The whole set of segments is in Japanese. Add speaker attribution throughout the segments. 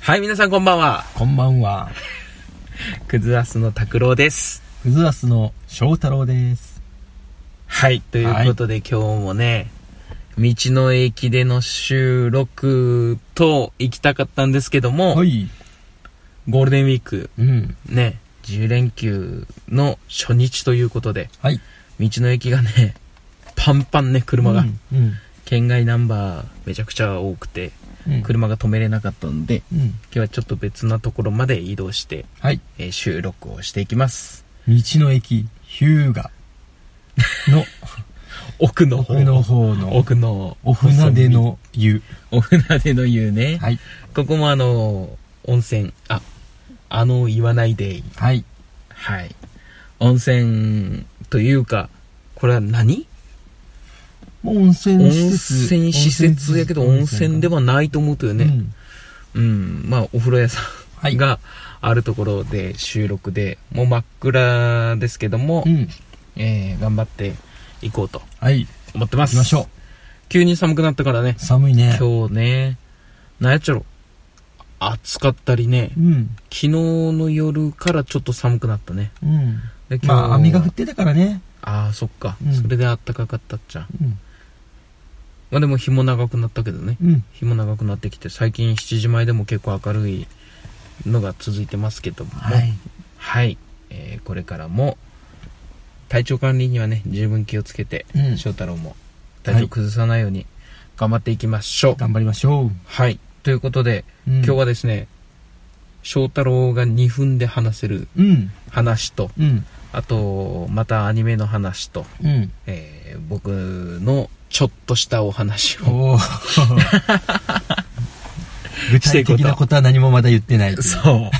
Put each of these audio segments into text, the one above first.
Speaker 1: はい、皆さんこんばんは。
Speaker 2: こんばんは。
Speaker 1: クズアスの拓郎です。
Speaker 2: クズアスの翔太郎です。
Speaker 1: はい、ということで、今日もね、道の駅での収録と行きたかったんですけども、
Speaker 2: はい。
Speaker 1: ゴールデンウィーク、
Speaker 2: うん。
Speaker 1: ね、10連休の初日ということで、
Speaker 2: はい。
Speaker 1: 道の駅がね、パンパンね、車が。
Speaker 2: うん。
Speaker 1: 県外ナンバーめちゃくちゃ多くて、車が止めれなかったので、今日はちょっと別なところまで移動して、
Speaker 2: はい。
Speaker 1: 収録をしていきます。
Speaker 2: 道の駅日向の
Speaker 1: 奥の方の
Speaker 2: お船出の湯。
Speaker 1: お船出の湯ね。
Speaker 2: はい。
Speaker 1: ここも温泉、言わないで。
Speaker 2: はい。
Speaker 1: はい。温泉というか、これは何？
Speaker 2: 温泉施
Speaker 1: 設やけど温泉ではないと思うとよね。まあお風呂屋さんがあるところで収録で、もう真っ暗ですけども、頑張っていこうと思ってます。
Speaker 2: 行きましょう。
Speaker 1: 急に寒くなったからね。
Speaker 2: 寒いね。
Speaker 1: 今日ね、なんやっちゃろ。暑かったりね。昨日の夜からちょっと寒くなったね。
Speaker 2: でまあ雨が降ってたからね。
Speaker 1: ああ、そっか。それで暖かかったっちゃ。まあでも日も長くなったけどね。日も長くなってきて、最近7時前でも結構明るいのが続いてますけども。はい。これからも体調管理にはね、十分気をつけて、翔太郎も体調崩さないように頑張っていきましょう。
Speaker 2: 頑張りましょう。
Speaker 1: はい。ということで、今日はですね、翔太郎が2分で話せる話と、あと、またアニメの話と、僕のちょっとしたお話を
Speaker 2: 具体的なことは何もまだ言ってない。
Speaker 1: そう。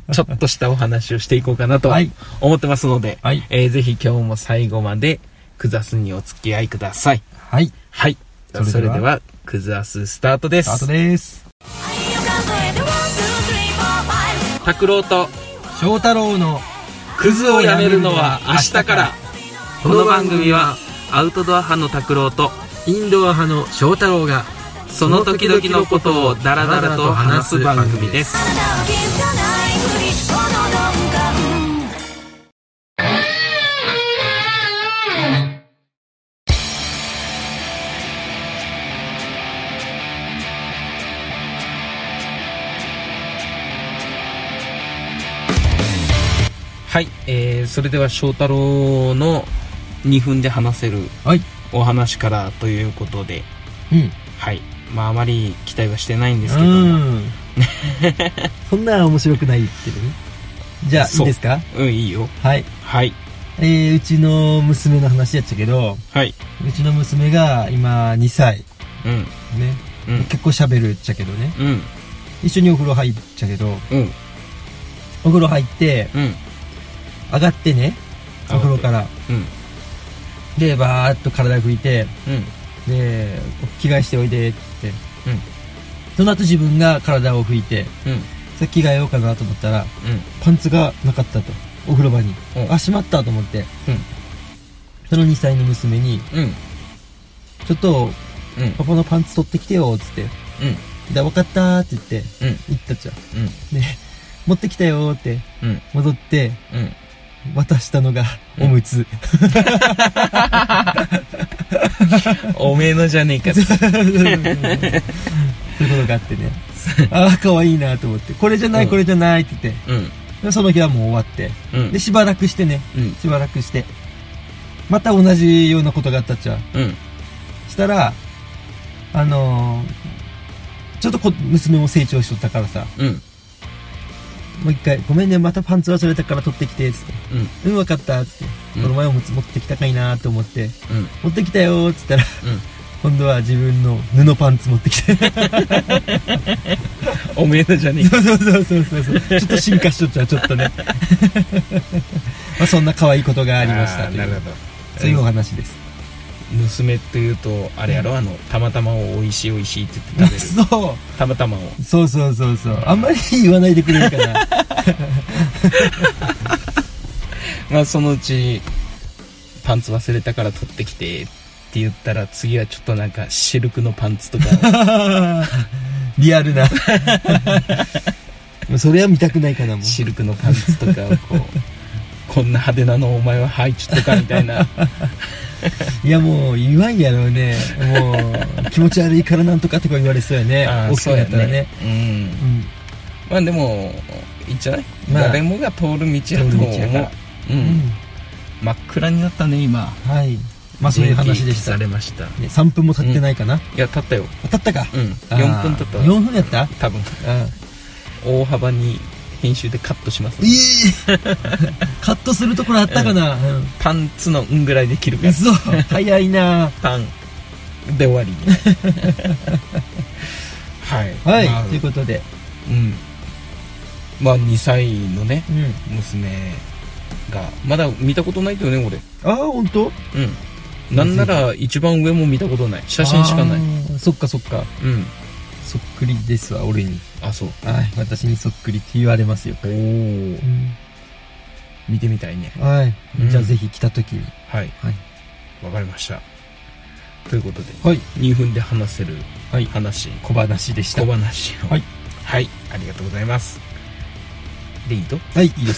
Speaker 1: ちょっとしたお話をしていこうかなと思ってますので、ぜひ今日も最後までクズアスにお付き合いください。はい。それでは、クズアススタートです。
Speaker 2: スタートです。
Speaker 1: 拓郎と
Speaker 2: 翔太郎の
Speaker 1: クズをやめるのは明日から。この番組はアウトドア派の拓郎と
Speaker 2: インドア派の翔太郎が
Speaker 1: その時々のことをダラダラと話す番組です。はい、それでは翔太郎の2分で話せるお話からということで、はい。まああまり期待はしてないんですけども
Speaker 2: そんな面白くないけどね。じゃあいいですか？
Speaker 1: いいよ。
Speaker 2: はい。うちの娘の話やっちゃけど、うちの娘が今2歳ね、結構喋るっちゃけどね、一緒にお風呂入っちゃけど、お風呂入って、上がってね、お風呂から、でバーッと体拭いて、で着替えしておいでって、その後自分が体を拭いて、着替えようかなと思ったら、パンツがなかったと、お風呂場に。しまったと思って、その2歳の娘に、ちょっと、パパのパンツ取ってきてよっつって、で分かったって言って言ったじゃん。で持ってきたよって戻って渡したのがおむつ。
Speaker 1: おめえのじゃねえか。
Speaker 2: そういうことがあってね。可愛いなと思って、これじゃないこれじゃないって言って、その日はもう終わって、でしばらくしてね、しばらくしてまた同じようなことがあったっちゃ。したらちょっと娘も成長しとったからさ、もう一回、ごめんね、またパンツ忘れたから取ってきて、つって。分かった、つって。この前おむつ持ってきたかいなと思って、持ってきたよ、つったら、今度は自分の布パンツ持ってきて。
Speaker 1: おめえのじゃねえか。
Speaker 2: そう。ちょっと進化しとっちゃう、ちょっとね。まあそんな可愛いことがありましたという。なるほど。そういうお話です。
Speaker 1: 娘っていうとあれやろ、たまたまをおいしいおいしいって言って食べる。そう。たまたまを。
Speaker 2: そう。あんまり言わないでくれるかな。
Speaker 1: まあそのうちパンツ忘れたから取ってきてって言ったら、次はちょっとなんかシルクのパンツとか
Speaker 2: リアルなそれは見たくないかなもん。
Speaker 1: シルクのパンツとかをこうこんな派手なのお前は履いちゃったかみたいな。
Speaker 2: いやもう言わんやろうね。もう気持ち悪いからなんとかとか言われそうやね。大きくなったらね。
Speaker 1: まあでもいいんじゃない、誰もが通る道やと思う。真っ暗になったね今。
Speaker 2: はい。まあそういう話でした。
Speaker 1: されました。
Speaker 2: 3分も経ってないかな。
Speaker 1: いや経ったよ。
Speaker 2: 経ったか。
Speaker 1: 4分経った。
Speaker 2: 4分やった？
Speaker 1: 多分。大幅に編集でカットします。
Speaker 2: カットするところあったかな。
Speaker 1: パンツのぐらいで切るから。
Speaker 2: そう。早いな。
Speaker 1: パンで終わり。はい。
Speaker 2: はい。ということで。
Speaker 1: まあ2歳のね娘がまだ見たことないけどね俺。
Speaker 2: ああ本当？
Speaker 1: なんなら一番上も見たことない。写真しかない。
Speaker 2: そっかそっか。そっくりですわ俺に。
Speaker 1: あそう。
Speaker 2: はい、私にそっくりって言われますよ。おお。
Speaker 1: 見てみたいね。
Speaker 2: はい。じゃあぜひ来た時に。
Speaker 1: はい。わかりました。ということで、
Speaker 2: はい、
Speaker 1: 2分で話せる話、
Speaker 2: 小話でした。
Speaker 1: 小話を。
Speaker 2: はい。
Speaker 1: はい、ありがとうございます。でいいと？
Speaker 2: はい、いいです。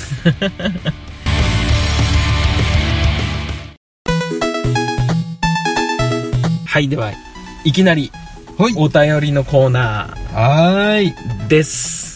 Speaker 1: はい、ではいきなりお便りのコーナーです。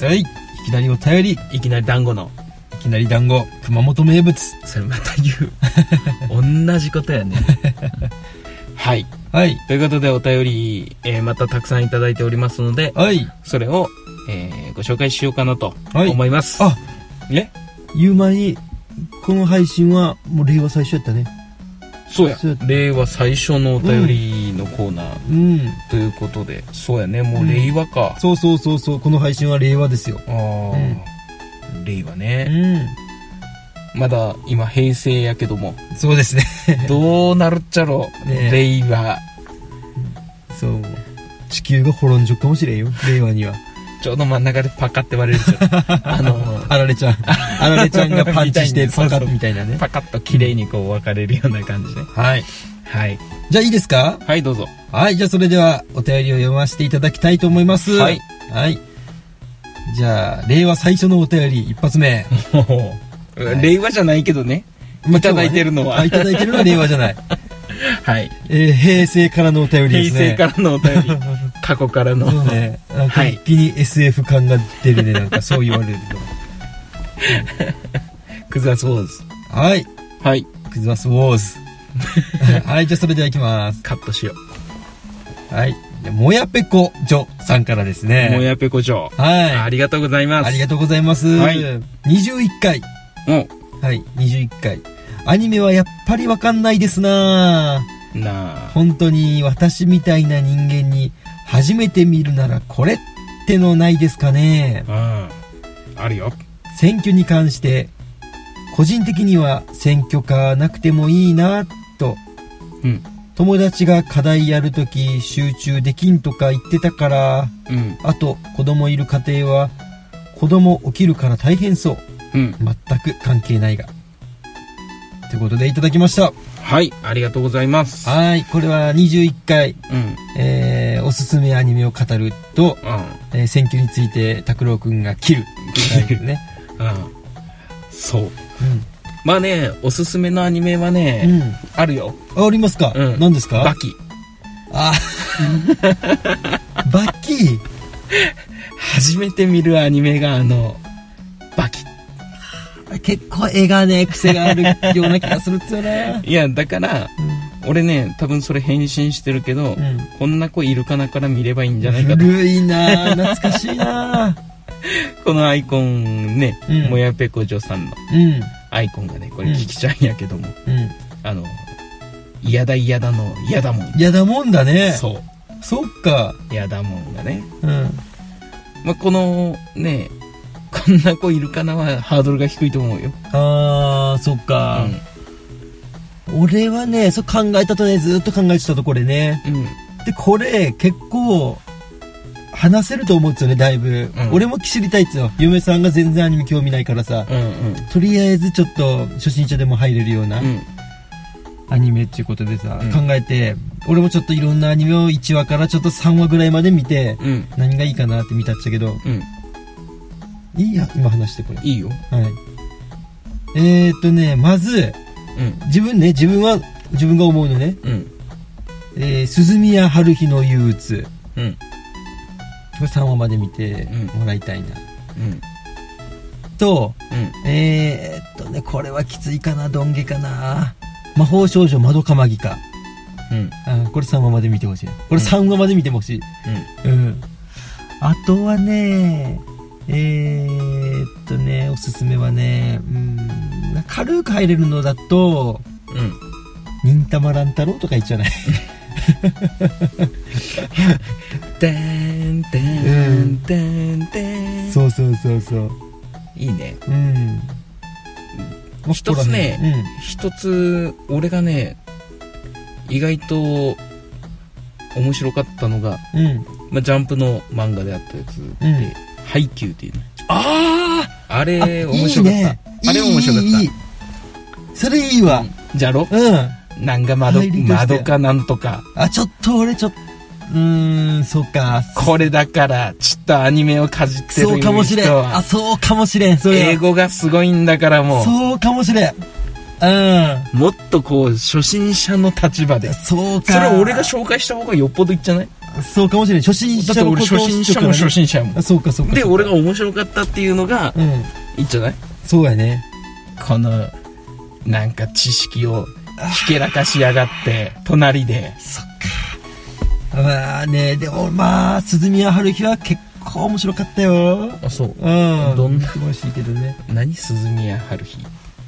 Speaker 2: はい。いきなりお便り。
Speaker 1: いきなり団子の。
Speaker 2: いきなり団子。熊本名物。
Speaker 1: それまた言う。同じことやね。はい。
Speaker 2: はい。
Speaker 1: ということでお便り、またたくさんいただいておりますので、
Speaker 2: はい。
Speaker 1: それを、ご紹介しようかなと思います。
Speaker 2: あ、言う前に、この配信はもう令和最初やったね。
Speaker 1: そうや。令和最初のお便りのコーナー。ということで、そうやね。もう令和か。
Speaker 2: そう。この配信は令和ですよ。
Speaker 1: 令和ね。まだ今平成やけども。
Speaker 2: そうですね。
Speaker 1: どうなるっちゃろう。令和。
Speaker 2: そう。地球が滅んじゃうかもしれんよ。令和には。
Speaker 1: ちょうど真ん中でパカって割れるじゃん。
Speaker 2: あられちゃん。あられちゃんがパンチしてパカッみたいなね。
Speaker 1: パカッと綺麗にこう分かれるような感じね。
Speaker 2: はい。
Speaker 1: はい。
Speaker 2: じゃあいいですか？
Speaker 1: はい、どうぞ。
Speaker 2: はい、じゃあそれではお便りを読ませていただきたいと思います。はい。はい。じゃあ、令和最初のお便り一発目。
Speaker 1: 令和じゃないけどね。いただいてるのは。
Speaker 2: いただいてるのは令和じゃない。
Speaker 1: はい。
Speaker 2: 平成からのお便りですね。
Speaker 1: 平成からのお便り。過去からの。
Speaker 2: そうね。なんか一気に SF 感が出るね。なんかそう言われる
Speaker 1: と。クズワスウォーズ。
Speaker 2: はい。
Speaker 1: はい。
Speaker 2: クズワスウォーズ。はい、じゃあそれではいきます。
Speaker 1: カットしよ
Speaker 2: う。はい。もやぺこジョさんからですね。
Speaker 1: もやぺこジョ。
Speaker 2: はい。
Speaker 1: ありがとうございます。
Speaker 2: ありがとうございます。はい。21回。はい、21回。アニメはやっぱりわかんないですなぁ。本当に私みたいな人間に初めて見るならこれってのないですかね。
Speaker 1: あるよ。
Speaker 2: 選挙に関して、個人的には選挙カーなくてもいいなと。友達が課題やるとき集中できんとか言ってたから、あと子供いる家庭は子供起きるから大変そう。全く関係ないが。ということでいただきました。
Speaker 1: はい、ありがとうございます。
Speaker 2: はい、これは21回、おすすめアニメを語ると、選挙について拓郎くんが切る。ね。
Speaker 1: そう。まあね、おすすめのアニメはね、あるよ。
Speaker 2: ありますか？何ですか？
Speaker 1: バキ。
Speaker 2: バキ
Speaker 1: 初めて見るアニメがバキ。
Speaker 2: 結構絵がね、癖があるような気がするっすよね。
Speaker 1: いや、だから、俺ね、多分それ返信してるけど、こんな子いるかなから見ればいいんじゃないかと。
Speaker 2: 古いなぁ、懐かしいなぁ。
Speaker 1: このアイコンね、もやぺこジョさんのアイコンがね、これキキちゃんやけども、嫌だ嫌だの嫌だもん。
Speaker 2: 嫌だもんだね。
Speaker 1: そう。
Speaker 2: そっか。
Speaker 1: 嫌だもんがね。まあ、このね、こんな子いるかなはハードルが低いと思うよ。
Speaker 2: そっか。俺はね、そう考えたとね、ずっと考えてたとこれね。で、これ結構話せると思うんですよね、だいぶ。俺も知りたいっすよ。嫁さんが全然アニメ興味ないからさ、とりあえずちょっと初心者でも入れるようなアニメっていうことでさ、考えて、俺もちょっといろんなアニメを1話からちょっと3話ぐらいまで見て、何がいいかなって見たっちゃけど、 いいや、今話してこれ。
Speaker 1: いいよ。
Speaker 2: はい。まず、自分が思うのね。鈴宮春日の憂鬱。これ3話まで見てもらいたいな。と、これはきついかな、どんげかな。魔法少女まどかマギか。これ3話まで見てほしい。これ3話まで見てほしい。あとはね、おすすめはね、軽く入れるのだと、忍たま乱太郎とかいいじゃない。
Speaker 1: てんてんてんてん。
Speaker 2: そうそうそうそう。
Speaker 1: いいね。一つね、一つ俺がね意外と面白かったのが、ジャンプの漫画であったやつで、ハイキューっていうね。あれ面白かった。あれ面白かった。
Speaker 2: それいいわ。
Speaker 1: じゃろ。なんか窓かなんとか。
Speaker 2: ちょっと俺そうか。
Speaker 1: これだからちょっとアニメをかじってる人は。
Speaker 2: そうかもしれん。そうかもしれん。
Speaker 1: 英語がすごいんだからもう。
Speaker 2: そうかもしれん。
Speaker 1: もっとこう初心者の立場で。
Speaker 2: そうか。
Speaker 1: それ俺が紹介した方がよっぽどいいんじゃない？
Speaker 2: そうかもしれん。初心者のことを。
Speaker 1: だって俺初心者も初心者も。
Speaker 2: そうかそうか。
Speaker 1: で俺が面白かったっていうのがいいんじゃない？
Speaker 2: そうやね。
Speaker 1: このなんか知識をひけらかしやがって隣で。
Speaker 2: そっか。まあね、でも鈴宮春日は結構面白かったよ。
Speaker 1: そう。
Speaker 2: どんな気持ちいいけどね。
Speaker 1: 何鈴宮春日。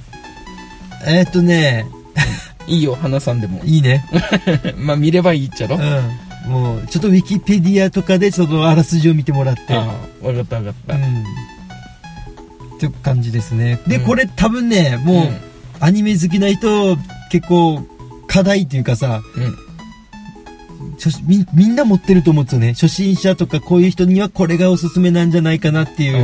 Speaker 2: い
Speaker 1: いよ、花さんでも。
Speaker 2: いいね。
Speaker 1: 見ればいいっちゃろ。
Speaker 2: もうちょっとウィキペディアとかでそのあらすじを見てもらって。
Speaker 1: 分かった分かった。
Speaker 2: って感じですね。で、これ多分ね、もうアニメ好きな人結構課題っていうかさ。みんな持ってると思うんですよね。初心者とかこういう人にはこれがおすすめなんじゃないかなっていう。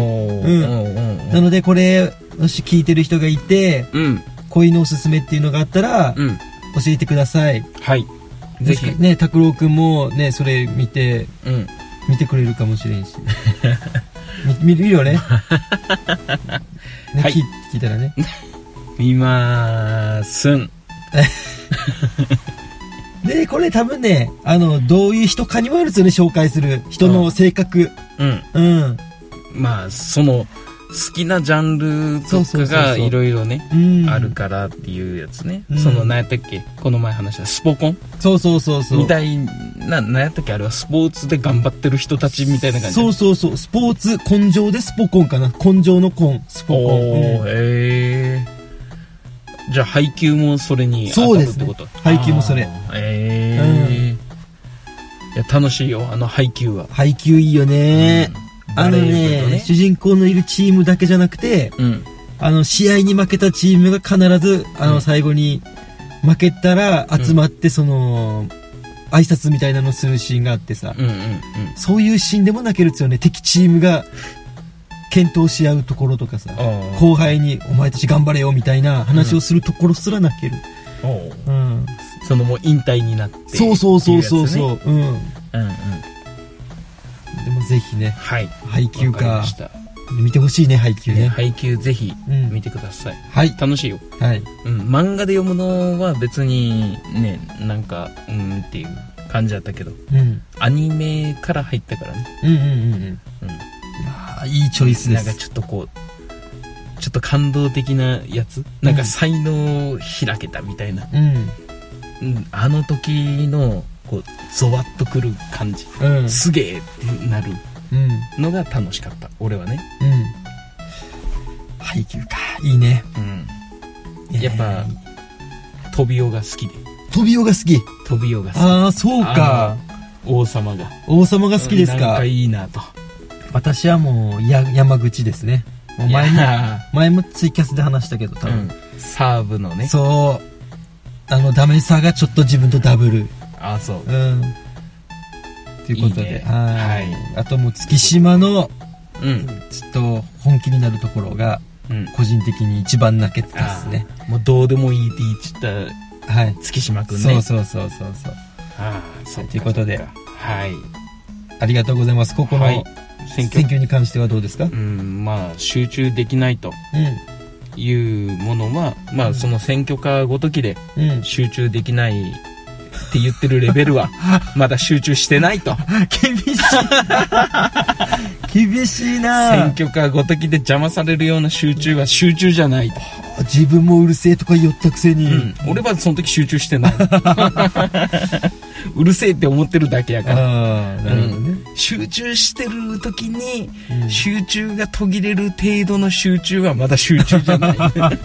Speaker 2: なのでこれもし聞いてる人がいて、こういうのおすすめっていうのがあったら、教えてください。
Speaker 1: はい。ぜひ
Speaker 2: ね、拓郎くんもねそれ見てくれるかもしれんし。見るよね。聞いたらね。
Speaker 1: 見まーすん。
Speaker 2: で、これ多分ね、どういう人かにもよるんですよね、紹介する人の性格。
Speaker 1: その、好きなジャンルとかがいろいろね、あるからっていうやつね。何やったっけこの前話したスポコン
Speaker 2: そう。
Speaker 1: みたいな、何やったっけあれはスポーツで頑張ってる人たちみたいな感じ。
Speaker 2: そう。スポーツ、根性でスポコンかな。根性の根、スポコン。
Speaker 1: じゃあ配給もそれに当たるってこと？
Speaker 2: 配給もそれ。
Speaker 1: いや楽しいよ配給は。
Speaker 2: 配給いいよね。主人公のいるチームだけじゃなくて、試合に負けたチームが必ず最後に負けたら集まってその挨拶みたいなのするシーンがあってさ、そういうシーンでも泣けるんですよね。敵チームが検討し合うところとかさ、後輩にお前たち頑張れよみたいな話をするところすら泣ける。
Speaker 1: そのもう引退になって。
Speaker 2: そう。でもぜひね、配給か見てほしいね。配給ね。
Speaker 1: 配給ぜひ見てください。
Speaker 2: はい。
Speaker 1: 楽しいよ。
Speaker 2: はい。
Speaker 1: 漫画で読むのは別にね、なんかっていう感じだったけど、アニメから入ったからね。
Speaker 2: いいチョイスです。
Speaker 1: なんかちょっとこうちょっと感動的なやつ、なんか才能開けたみたいな、あの時のこうゾワッとくる感じ、すげえってなるのが楽しかった、俺はね。
Speaker 2: 配給か、いいね。
Speaker 1: やっぱトビオが好きで。
Speaker 2: トビオが好き。ああ、そうか。
Speaker 1: 王様が
Speaker 2: 好きですか。
Speaker 1: なんかいいなと。
Speaker 2: 私はもう山口ですね。もう前もツイキャスで話したけど、多分
Speaker 1: サーブのね。
Speaker 2: そう。ダメさがちょっと自分とダブル。
Speaker 1: そう。
Speaker 2: ということで、はい。あともう月島のちょっと本気になるところが個人的に一番泣けてたですね。
Speaker 1: もうどうでもいいって言っちゃった月島くんね。
Speaker 2: そう。
Speaker 1: そう
Speaker 2: ということで、
Speaker 1: はい。
Speaker 2: ありがとうございます。ここの選挙に関してはどうですか？
Speaker 1: まあ集中できないというものは、まあその選挙カーごときで集中できないって言ってるレベルはまだ集中してないと。
Speaker 2: 厳しい厳しいな。
Speaker 1: 選挙カーごときで邪魔されるような集中は集中じゃないと。
Speaker 2: 自分もうるせえとか言ったくせに、
Speaker 1: 俺はその時集中してない。うるせえって思ってるだけやから。なるほどね。集中してる時に、集中が途切れる程度の集中はまだ集中じゃない。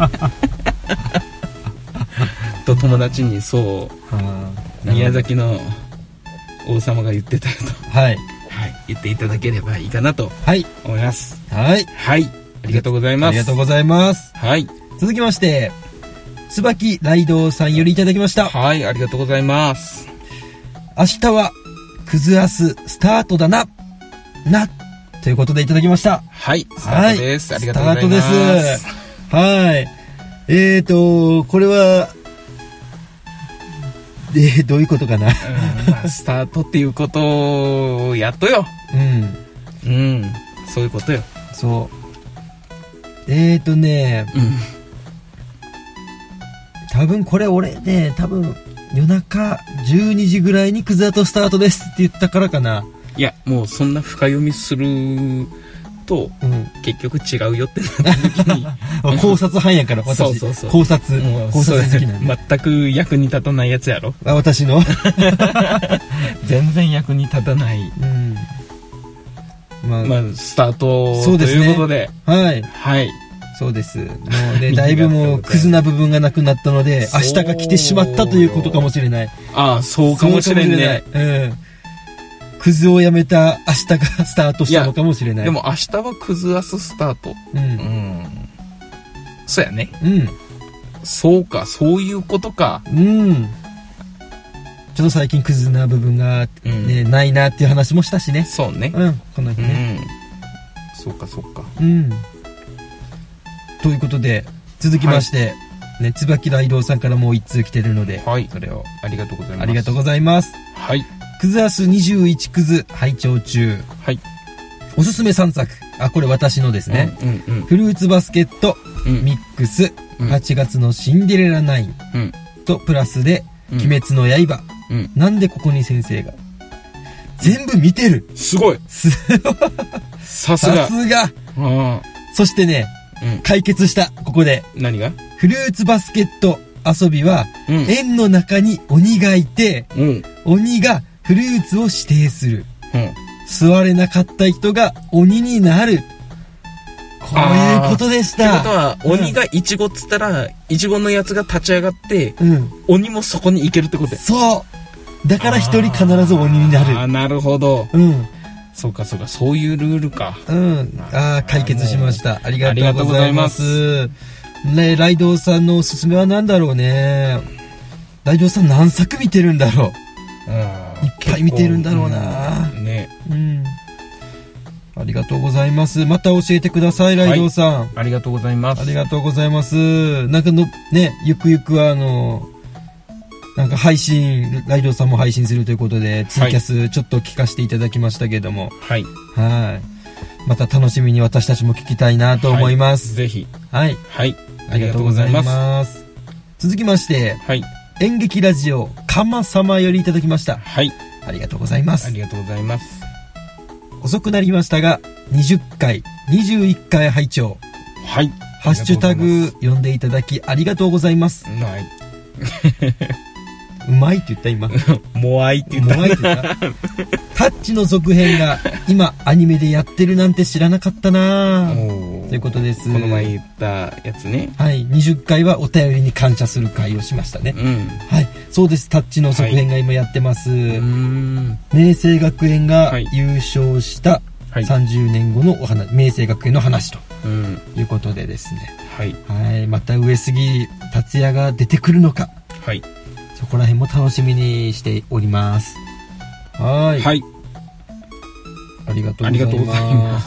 Speaker 1: と友達にそう宮崎の王様が言ってたよと、はい、言っていただければいいかなと思います。
Speaker 2: はい、
Speaker 1: はい、ありがとうございます。
Speaker 2: ありがとうございます。
Speaker 1: はい、
Speaker 2: 続きまして椿ライドウさんよりいただきました。
Speaker 1: はい、ありがとうございます。
Speaker 2: 明日はクズアススタートだなということでいただきました。
Speaker 1: はい、スタートです。ありがとうございます。
Speaker 2: スタートです。はい。これはどういうことかな。
Speaker 1: まあ、スタートっていうことをやっとよ。そういうことよ。
Speaker 2: そう。多分これ俺ね、夜中12時ぐらいにクズアトスタートですって言ったからかな。
Speaker 1: いや、もうそんな深読みすると、結局違うよってなった時に
Speaker 2: 考察班やから私。そう考察好きなんで。
Speaker 1: 全く役に立たないやつやろ。
Speaker 2: 私の
Speaker 1: 全然役に立たない。まあスタートということで、
Speaker 2: はいそうです。もうね、だいぶもうクズな部分がなくなったので、明日が来てしまったということかもしれない。
Speaker 1: ああ、そうかもしれない。
Speaker 2: クズをやめた明日がスタートしたのかもしれない。
Speaker 1: でも明日はクズアススタート。そうやね。そうか、そういうことか。
Speaker 2: ちょっと最近クズな部分がね、ないなっていう話もしたしね。
Speaker 1: そうね。
Speaker 2: この日ね。
Speaker 1: そうか、そうか。
Speaker 2: ということで続きまして、ね、椿ライドウさんからもう1通来てるので、
Speaker 1: それをありがとうございます。
Speaker 2: ありがとうございます。
Speaker 1: はい。
Speaker 2: クズアス21クズ拝聴中。はい。おすすめ3作。これ私のですね。フルーツバスケット、ミックス、8月のシンデレラ9、とプラスで鬼滅の刃。なんでここに先生が全部見てる。
Speaker 1: すごい。さすが。
Speaker 2: そしてね、解決した。ここで
Speaker 1: 何が？
Speaker 2: フルーツバスケット遊びは、円の中に鬼がいて、鬼がフルーツを指定する。座れなかった人が鬼になる。こういうことでした。
Speaker 1: ってことは、鬼がイチゴっつったら、イチゴのやつが立ち上がって、鬼もそこに行けるってことで。
Speaker 2: そう。だから一人必ず鬼になる。
Speaker 1: なるほど。そうか、そういうルールか。
Speaker 2: 解決しました。ありがとうございます。ね、ライドウさんのおすすめは何だろうね。ライドウさん何作見てるんだろう。いっぱい見てるんだろうな。
Speaker 1: ね。
Speaker 2: ありがとうございます。また教えてください、ライドウさん。
Speaker 1: ありがとうございます。
Speaker 2: ありがとうございます。なんかね、ゆくゆくはなんか配信、ライドウさんも配信するということで、ツイキャスちょっと聞かせていただきましたけども。また楽しみに私たちも聞きたいなと思います。
Speaker 1: ぜひ。
Speaker 2: ありがとうございます。続きまして、演劇ラジオ、かま様よりいただきました。ありがとうございます。
Speaker 1: ありがとうございます。
Speaker 2: 遅くなりましたが、20回、21回拝聴。ハッシュタグ読んでいただきありがとうございます。うまいって言った今。
Speaker 1: もあいって言った。
Speaker 2: タッチの続編が今アニメでやってるなんて知らなかったなということです。
Speaker 1: この前言ったやつね。
Speaker 2: 20回はお便りに感謝する会をしましたね。そうです。タッチの続編が今やってます。明星学園が優勝した30年後のお話、明星学園の話ということでですね。また上杉達也が出てくるのか。そこら辺も楽しみにしております。ありがとうございます。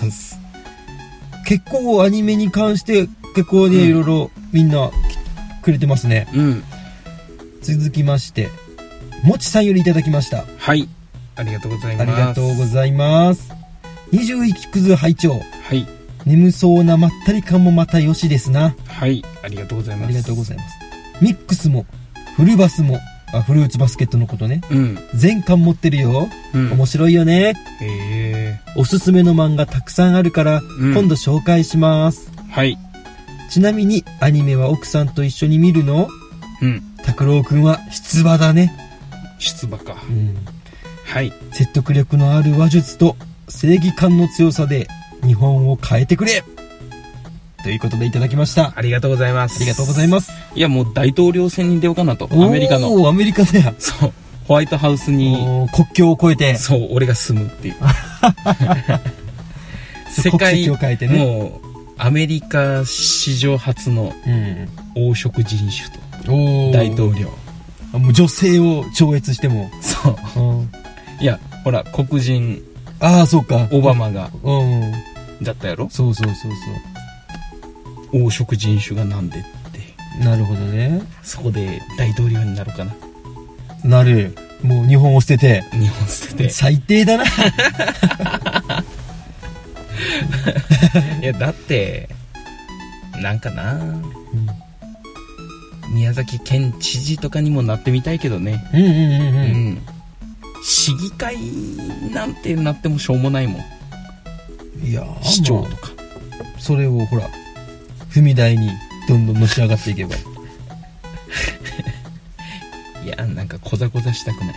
Speaker 2: 結構アニメに関して結構ね、いろいろみんなくれてますね。続きましてもちさんよりいただきました。
Speaker 1: ありがとうございます。
Speaker 2: ありがとうございます。 20いくず拝聴。
Speaker 1: はい。
Speaker 2: 眠そうなまったり感もまたよしですな。
Speaker 1: はい。ありがとうございます。
Speaker 2: ありがとうございます。ミックスも、フルバスも、フルーツバスケットのことね。
Speaker 1: うん。
Speaker 2: 全巻持ってるよ。うん。面白いよね。おすすめの漫画たくさんあるから、今度紹介します。
Speaker 1: はい。
Speaker 2: ちなみに、アニメは奥さんと一緒に見るの？
Speaker 1: うん。
Speaker 2: 拓郎くんは出馬だね。
Speaker 1: 出馬か。
Speaker 2: うん。
Speaker 1: はい。
Speaker 2: 説得力のある話術と正義感の強さで日本を変えてくれということでいただきました。
Speaker 1: ありがとうございます。
Speaker 2: ありがとうございます。
Speaker 1: いや、もう大統領選に出ようかなと。アメリカの。
Speaker 2: アメリカだよ。
Speaker 1: そう。ホワイトハウスに。
Speaker 2: 国境を越えて。
Speaker 1: そう、俺が住むっていう。
Speaker 2: 世界を変えてね。
Speaker 1: もう、アメリカ史上初の黄色人種と。大統領。
Speaker 2: もう女性を超越しても。
Speaker 1: そう。いや、ほら、黒人。
Speaker 2: そうか。
Speaker 1: オバマが。だったやろ？
Speaker 2: そう。
Speaker 1: 黄色人種がなんでって。
Speaker 2: なるほどね。
Speaker 1: そこで大統領になるかな。
Speaker 2: なる。もう日本を捨てて。
Speaker 1: 日本捨てて。
Speaker 2: 最低だな。い
Speaker 1: や、だって、なんかな、宮崎県知事とかにもなってみたいけどね。市議会なんてなってもしょうもないもん。
Speaker 2: いや
Speaker 1: 市長とか、
Speaker 2: それをほら踏み台にどんどんのし上がっていけば
Speaker 1: いや、なんかこざこざしたくない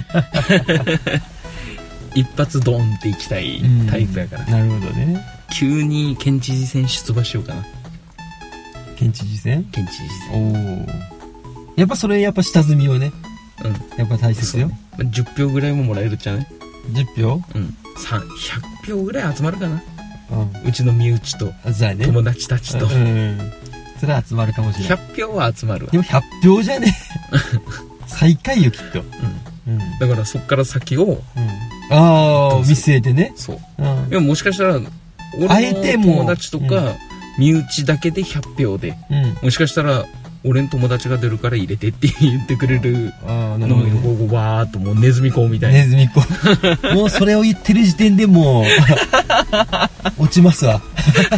Speaker 1: 一発ドーンっていきたいタイプやから。
Speaker 2: なるほどね。
Speaker 1: 急に県知事選出馬しようかな。
Speaker 2: 県知事選？
Speaker 1: 県知事選。
Speaker 2: やっぱそれやっぱ下積みをね。やっぱ大切よ。
Speaker 1: 10票ぐらいももらえるじゃない
Speaker 2: ？10票？
Speaker 1: うん。100票ぐらい集まるかな。うちの身内と友達たちと。
Speaker 2: それは集まるかもしれない。
Speaker 1: 100票は集まるわ。
Speaker 2: でも100票じゃね最下位よきっと。
Speaker 1: だからそっから先を
Speaker 2: 見据えてね。
Speaker 1: そう。いや、もしかしたら俺の友達とか身内だけで100票で、もしかしたら俺の友達が出るから入れてって言ってくれるのをわーっともうネズミ講みたいな。
Speaker 2: ネズミ講。もうそれを言ってる時点でもう落ちますわ。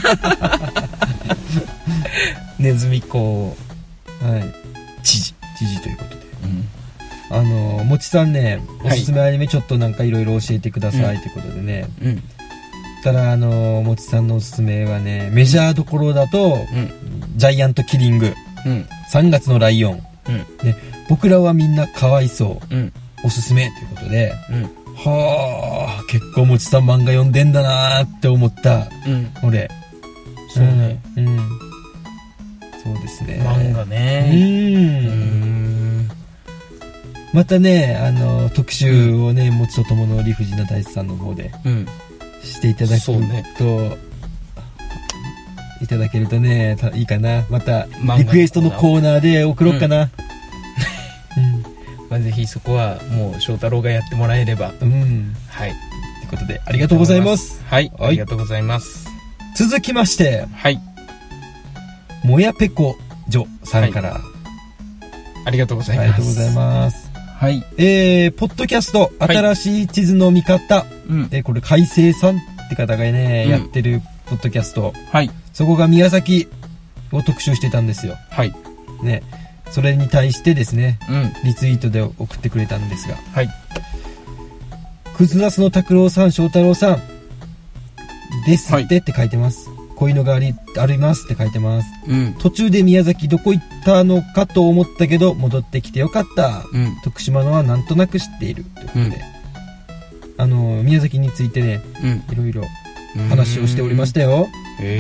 Speaker 1: ネズミ講、
Speaker 2: 知事ということで。もちさんね、おすすめアニメちょっとなんかいろいろ教えてくださいということでね。ただもちさんのおすすめはね、メジャーどころだと、ジャイアントキリング。3月のライオン、ね、僕らはみんなかわいそう、おすすめということで、はあ、結構もちさん漫画読んでんだなーって思った、俺。
Speaker 1: そうね。
Speaker 2: そうですね。
Speaker 1: 漫画ね。
Speaker 2: またね、特集をね、もちとともの理不尽な大地さんの方でしていただくと、いただけるとね、いいかな。またリクエストのコーナーで送ろうかな。
Speaker 1: ぜひそこはもう翔太郎がやってもらえれば。はい。という
Speaker 2: ことでありがとうございます。
Speaker 1: はい、ありがとうございます。
Speaker 2: 続きまして、
Speaker 1: はい。
Speaker 2: もやぺこジョさんから、
Speaker 1: ありがとうございます。
Speaker 2: ありがとうございます。
Speaker 1: はい。
Speaker 2: ポッドキャスト新しい地図の見方、これ海星さんって方がね、やってるポッドキャスト、そこが宮崎を特集してたんですよ。ね、それに対してですね、リツイートで送ってくれたんですが、クズナスの拓郎さん、翔太郎さんですってって書いてます。こういうのがありますって書いてます。途中で宮崎どこ行ったのかと思ったけど戻ってきてよかった。徳島のはなんとなく知っているということで、宮崎についてね、いろいろ話をしておりましたよ。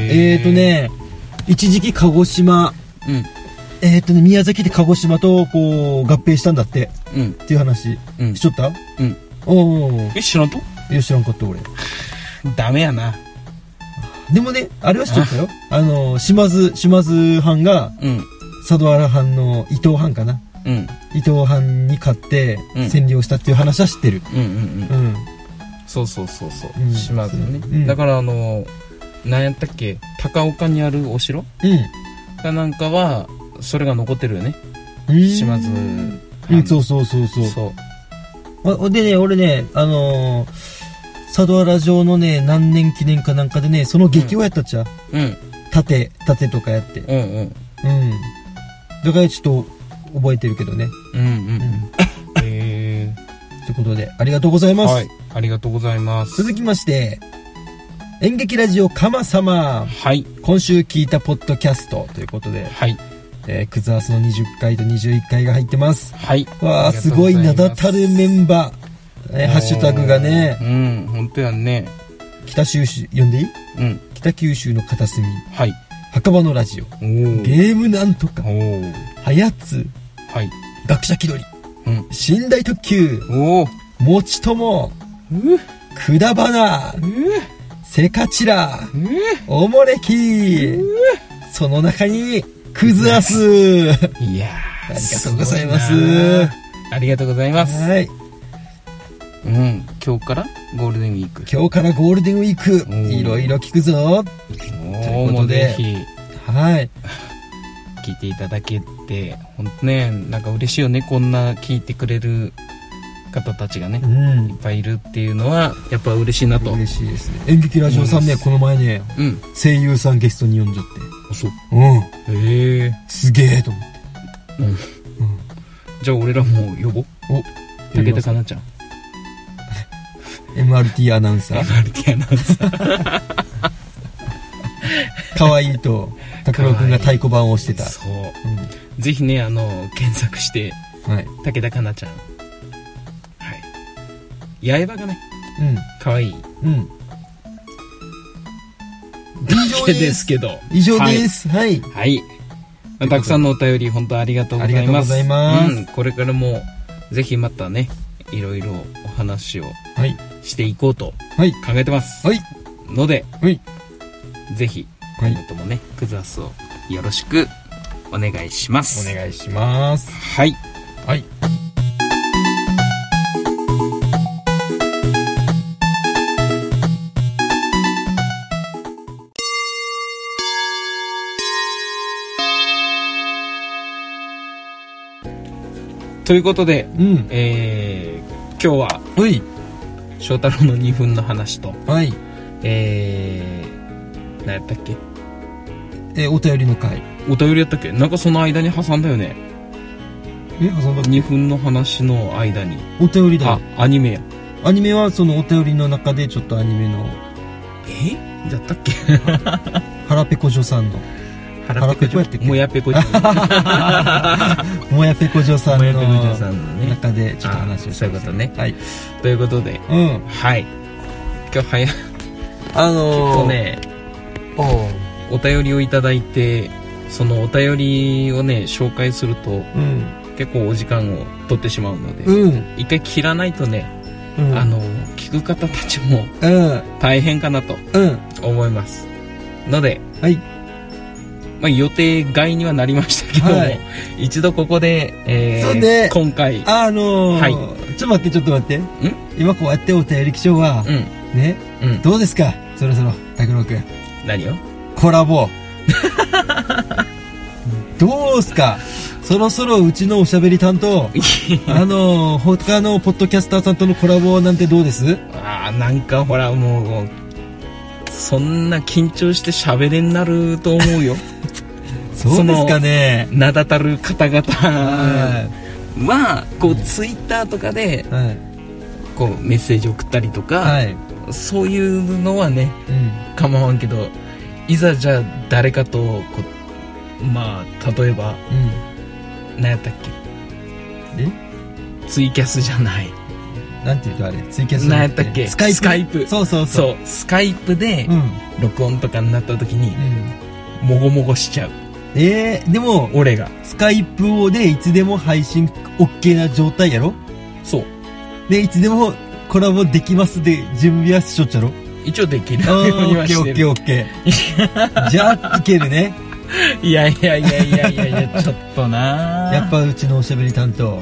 Speaker 2: 一時期鹿児島、宮崎で鹿児島とこう合併したんだってっていう話しちょった？
Speaker 1: 知らんと？
Speaker 2: いや知らんかった俺。
Speaker 1: ダメやな。
Speaker 2: でもね、あれはしちゃったよ。島津藩が、佐渡原藩の伊藤藩かな。伊藤藩に勝って占領したっていう話は知ってる。
Speaker 1: そう。島津ね。だからなんやったっけ、高岡にあるお城かなんかは、それが残ってるよね。島津藩。
Speaker 2: そう。でね、俺ね、 佐渡原城のね、何年記念かなんかでね、その劇をやったっちゃ。うん。盾とかやって。うんうん。うん。だからちょっと覚えてるけどね。うんうんうん。ということで、ありがとうございます。はい。
Speaker 1: ありがとうございます。
Speaker 2: 続きまして、演劇ラジオかまさま。はい。今週聞いたポッドキャストということで。はい。クズアスの20回と21回が入ってます。はい。わあ、すごい名だたるメンバー。ハッシュタグがね。
Speaker 1: うん、ほんとやんね。
Speaker 2: 北九州、呼んでいい？うん。北九州の片隅。はい。墓場のラジオ。ゲームなんとか。はやつ。はい。学者気取り。うん。寝台特急。もちとも。くだばな。セカチラ。おもれき。その中に、クズアス。いやー。ありがとうございます。
Speaker 1: ありがとうございます。はい。うん。今日からゴールデンウィーク。
Speaker 2: 今日からゴールデンウィーク。いろいろ聞くぞ。ということで。ぜひ。はい。
Speaker 1: 聞いていただけて、ほんとね、なんか嬉しいよね。こんな聞いてくれる方たちがね、いっぱいいるっていうのは、やっぱ嬉しいなと。
Speaker 2: 嬉しいですね。演劇ラジオさんね、この前ね、声優さんゲストに呼んじゃって。
Speaker 1: あ、そう。うん。
Speaker 2: へえ。すげえと思って。うん。
Speaker 1: じゃあ俺らも呼ぼう。武田かなちゃん。
Speaker 2: MRT アナウンサー。
Speaker 1: MRT アナウンサー。
Speaker 2: 可愛いと、拓郎くんが太鼓判を押してた。そう。
Speaker 1: ぜひね、検索して、武田かなちゃん。はい。八重歯がね、可愛い。うん。
Speaker 2: 以上ですけど。以上です。はい。
Speaker 1: はい。たくさんのお便り、本当ありがとうございます。ありがとうございます。これからも、ぜひまたね、いろいろお話をしていこうと考えてます。はい。ので、ぜひ、今後ともね、クズアスをよろしくお願いします。
Speaker 2: お願いします。
Speaker 1: はい。はい。ということで、今日は、翔太郎の2分の話と、何やったっ
Speaker 2: け？お便りの回。
Speaker 1: お便りやったっけ？なんかその間に挟んだよね。
Speaker 2: 挟んだっけ？
Speaker 1: 2 分の話の間に。
Speaker 2: お便りだ。
Speaker 1: アニメや。
Speaker 2: アニメはそのお便りの中でちょっとアニメの。
Speaker 1: だったっけ？
Speaker 2: 腹ペコ女さんの。
Speaker 1: 腹ペコやってっけ？もやペコ女。
Speaker 2: もやペコ女さんの中でちょっと話をして。
Speaker 1: そういうことね。はい。ということで、はい。今日結構ね、お便りをいただいて、そのお便りをね、紹介すると、結構お時間を取ってしまうので、一回切らないとね、聞く方たちも大変かなと思います。ので、まあ予定外にはなりましたけども、一度ここで、今回、
Speaker 2: ちょっと待って。今こうやってお便り記帳は、ね、どうですか？そろそろ、拓郎くん。
Speaker 1: 何を？
Speaker 2: コラボ。どうすか？そろそろうちのおしゃべり担当、他のポッドキャスターさんとのコラボなんてどうです？
Speaker 1: なんかほらもう、そんな緊張して喋れになると思うよ。
Speaker 2: そうですかね。
Speaker 1: 名だたる方々。まあ、こう、ツイッターとかで、こう、メッセージ送ったりとか、そういうのはね、構わんけど、いざじゃあ誰かと、こう、まあ、例えば、何やったっけ？ツイキャスじゃない。
Speaker 2: なんていうとあれ？ツイキャス
Speaker 1: 何やったっけ？スカイプ。
Speaker 2: そう。
Speaker 1: スカイプで、録音とかになった時に、もごもごしちゃう。
Speaker 2: でも、
Speaker 1: 俺が。
Speaker 2: スカイプでいつでも配信 OK な状態やろ？
Speaker 1: そう。
Speaker 2: で、いつでもコラボできますで、準備はしょっちゃろ？
Speaker 1: 一応できるようにはしてる。
Speaker 2: オッケー。じゃあ、いけるね。
Speaker 1: いや、ちょっとな
Speaker 2: やっぱうちのおしゃべり担当。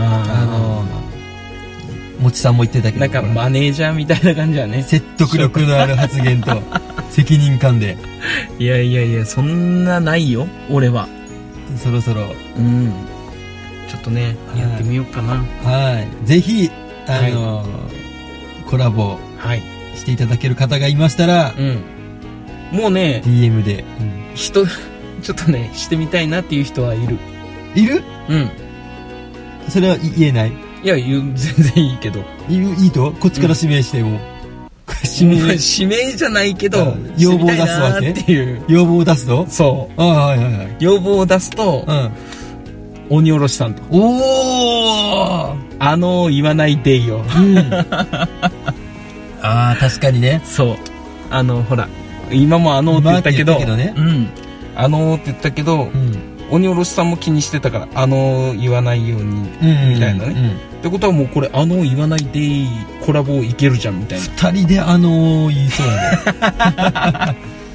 Speaker 2: もちさんも言ってたけど。
Speaker 1: なんかマネージャーみたいな感じだね。
Speaker 2: 説得力のある発言と、責任感で。
Speaker 1: いや、そんなないよ、俺は。
Speaker 2: そろそろ。
Speaker 1: ちょっとね、やってみようかな。
Speaker 2: ぜひ、コラボ。 していただける方がいましたら、
Speaker 1: もうね
Speaker 2: DM で、
Speaker 1: ちょっとねしてみたいなっていう人はいる。
Speaker 2: それは言えない？
Speaker 1: いや全然いいけど。
Speaker 2: いいとこっちから指名しても、
Speaker 1: 指名じゃないけど
Speaker 2: 要望を出すわけっていう。要望を出すと、
Speaker 1: そう要望を出すと、鬼おろしさんと、言わないでよ。
Speaker 2: 確かにね。
Speaker 1: そうほら今もって言ったけど、って言ったけど、鬼おろしさんも気にしてたから言わないようにみたいなね。ってことはもうこれ言わないでコラボいけるじゃんみたいな。
Speaker 2: 2人で言いそうだね。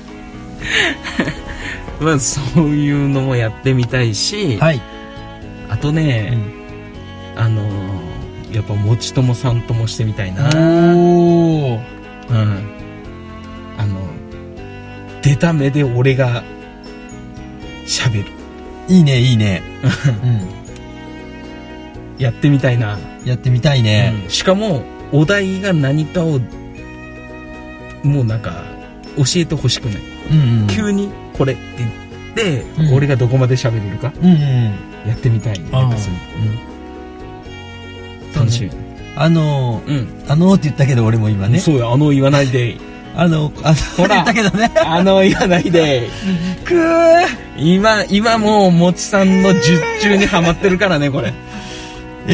Speaker 1: まあそういうのもやってみたいし、あとね、やっぱもちともさんともしてみたいな。出た目で俺が喋る。
Speaker 2: いいね。
Speaker 1: やってみたいな。
Speaker 2: やってみたいね。
Speaker 1: しかもお題が何かをもうなんか教えてほしくない。急にこれって言って、俺がどこまで喋れるか、やってみたいね。楽しい。って言ったけど俺も今ね。
Speaker 2: そうよ、言わないで。
Speaker 1: ほら、言ったけどね。言わないで。今もうもちさんの術中にはまってるからね、これ。ち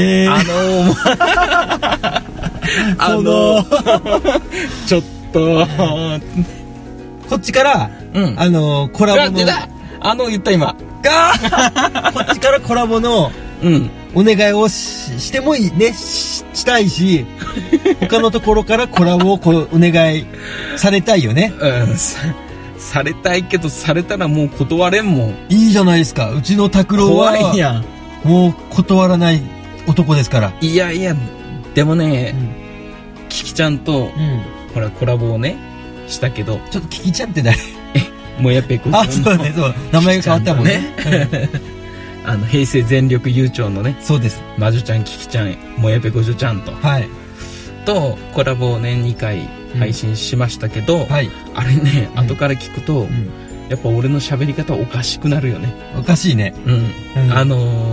Speaker 1: ょっと
Speaker 2: こっちから、コラボの
Speaker 1: 言った今
Speaker 2: こっちからコラボのお願いをしてもいいね、したいし、他のところからコラボをお願いされたいよね。
Speaker 1: されたいけど、されたらもう断れんもん。
Speaker 2: いいじゃないですか。うちの拓郎は
Speaker 1: 怖いやん。
Speaker 2: もう断らない男ですから。
Speaker 1: いやでもね、キキちゃんと、ほらコラボをねしたけど、
Speaker 2: ちょっとキキちゃんって誰？
Speaker 1: もやぺこ。
Speaker 2: そうね、そう、名前が変わったもんね。
Speaker 1: 平成全力悠長のね、
Speaker 2: そうです、
Speaker 1: 魔女ちゃん、キキちゃん、もやぺこ女ちゃんと、とコラボをね2回配信しましたけど、あれね、後から聞くと、やっぱ俺の喋り方おかしくなるよね。
Speaker 2: おかしいね。
Speaker 1: 言わ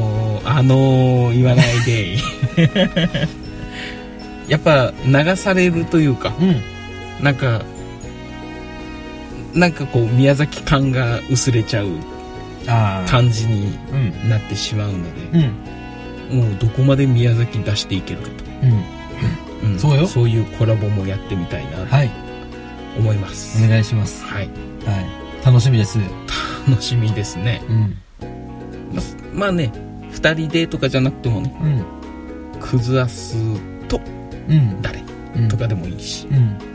Speaker 1: ないで。やっぱ流されるというか、なんかこう宮崎感が薄れちゃう感じになってしまうので、もうどこまで宮崎出していけるかと、そういうコラボもやってみたいなと思います。
Speaker 2: お願いします。楽しみです。
Speaker 1: 楽しみですね。まあね、2人でとかじゃなくてもね、クズアスと誰とかでもいいし、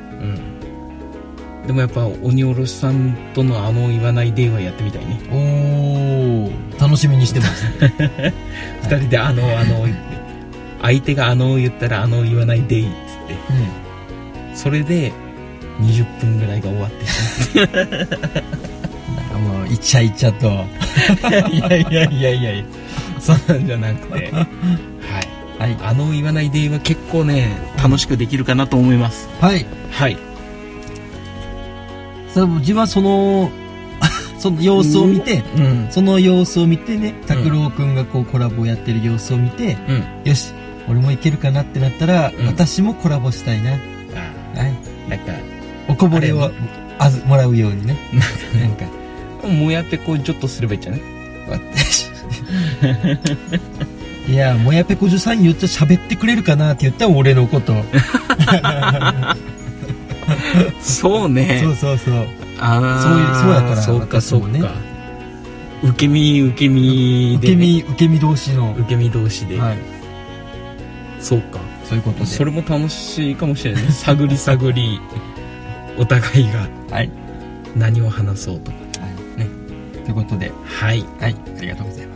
Speaker 1: でもやっぱ鬼おろしさんとの言わないではやってみたいね。
Speaker 2: 楽しみにしてます。
Speaker 1: 2人で相手が言ったら言わないでいいっつって、それで20分ぐらいが終わってしまって
Speaker 2: もうイチャイチャと
Speaker 1: いやそうなんじゃなくて、言わないでは結構ね楽しくできるかなと思います。
Speaker 2: 自分はその様子を見て、その様子を見てね、拓郎くんがこうコラボをやってる様子を見て、よし俺もいけるかなってなったら、私もコラボしたいな。なんかおこぼれをもらうようにね。なんか
Speaker 1: もやぺこちょっとすればいいんじゃない？
Speaker 2: いや、もやぺこ女さんに言ったら喋ってくれるかなって言ったら俺のこと
Speaker 1: そうね。
Speaker 2: そうそうやから。
Speaker 1: そうか受け身で、ね、
Speaker 2: 受け身同士で、
Speaker 1: そうか、
Speaker 2: そういうことで
Speaker 1: それも楽しいかもしれない。探りお互いが何を話そうとか、
Speaker 2: ということで、ありがとうございます。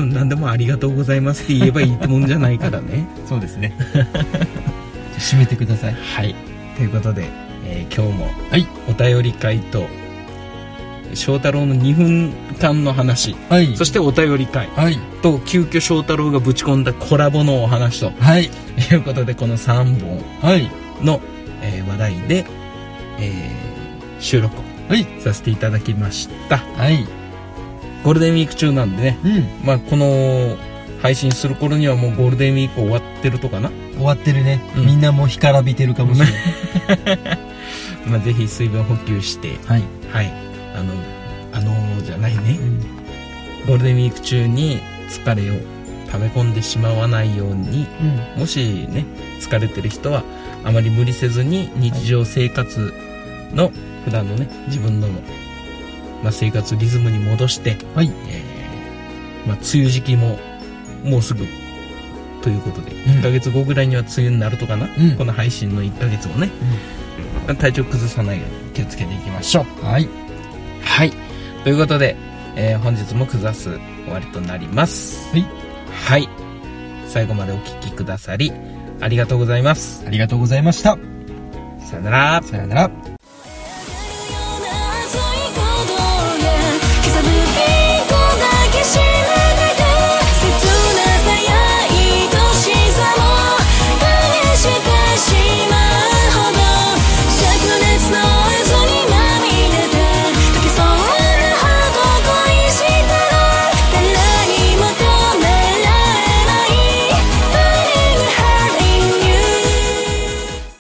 Speaker 1: 何でもありがとうございますって言えばいいってもんじゃないからね。
Speaker 2: そうですね。締めてください。
Speaker 1: ということで、今日もお便り会と翔太郎の2分間の話、そしてお便り会、と急遽翔太郎がぶち込んだコラボのお話と、いうことでこの3本、 の、話題で、収録をさせていただきました。
Speaker 2: はい。
Speaker 1: ゴールデンウィーク中なんでね、まあこの配信する頃にはもうゴールデンウィーク終わってるとかな。
Speaker 2: 終わってるね。みんなもう干からびてるかもしれない。
Speaker 1: まあぜひ水分補給して、はい。はい。じゃないね。ゴールデンウィーク中に疲れを溜め込んでしまわないように、もしね、疲れてる人はあまり無理せずに日常生活の普段のね、自分の、まあ、生活リズムに戻して、はい。まあ、梅雨時期ももうすぐということで、1ヶ月後ぐらいには梅雨になるとかな、この配信の1ヶ月後ね、体調崩さないように気をつけていきましょう。はい。はい。ということで、本日もクザス終わりとなります。はい。はい。最後までお聞きくださり、ありがとうございます。
Speaker 2: ありがとうございました。
Speaker 1: さよなら。
Speaker 2: さよなら。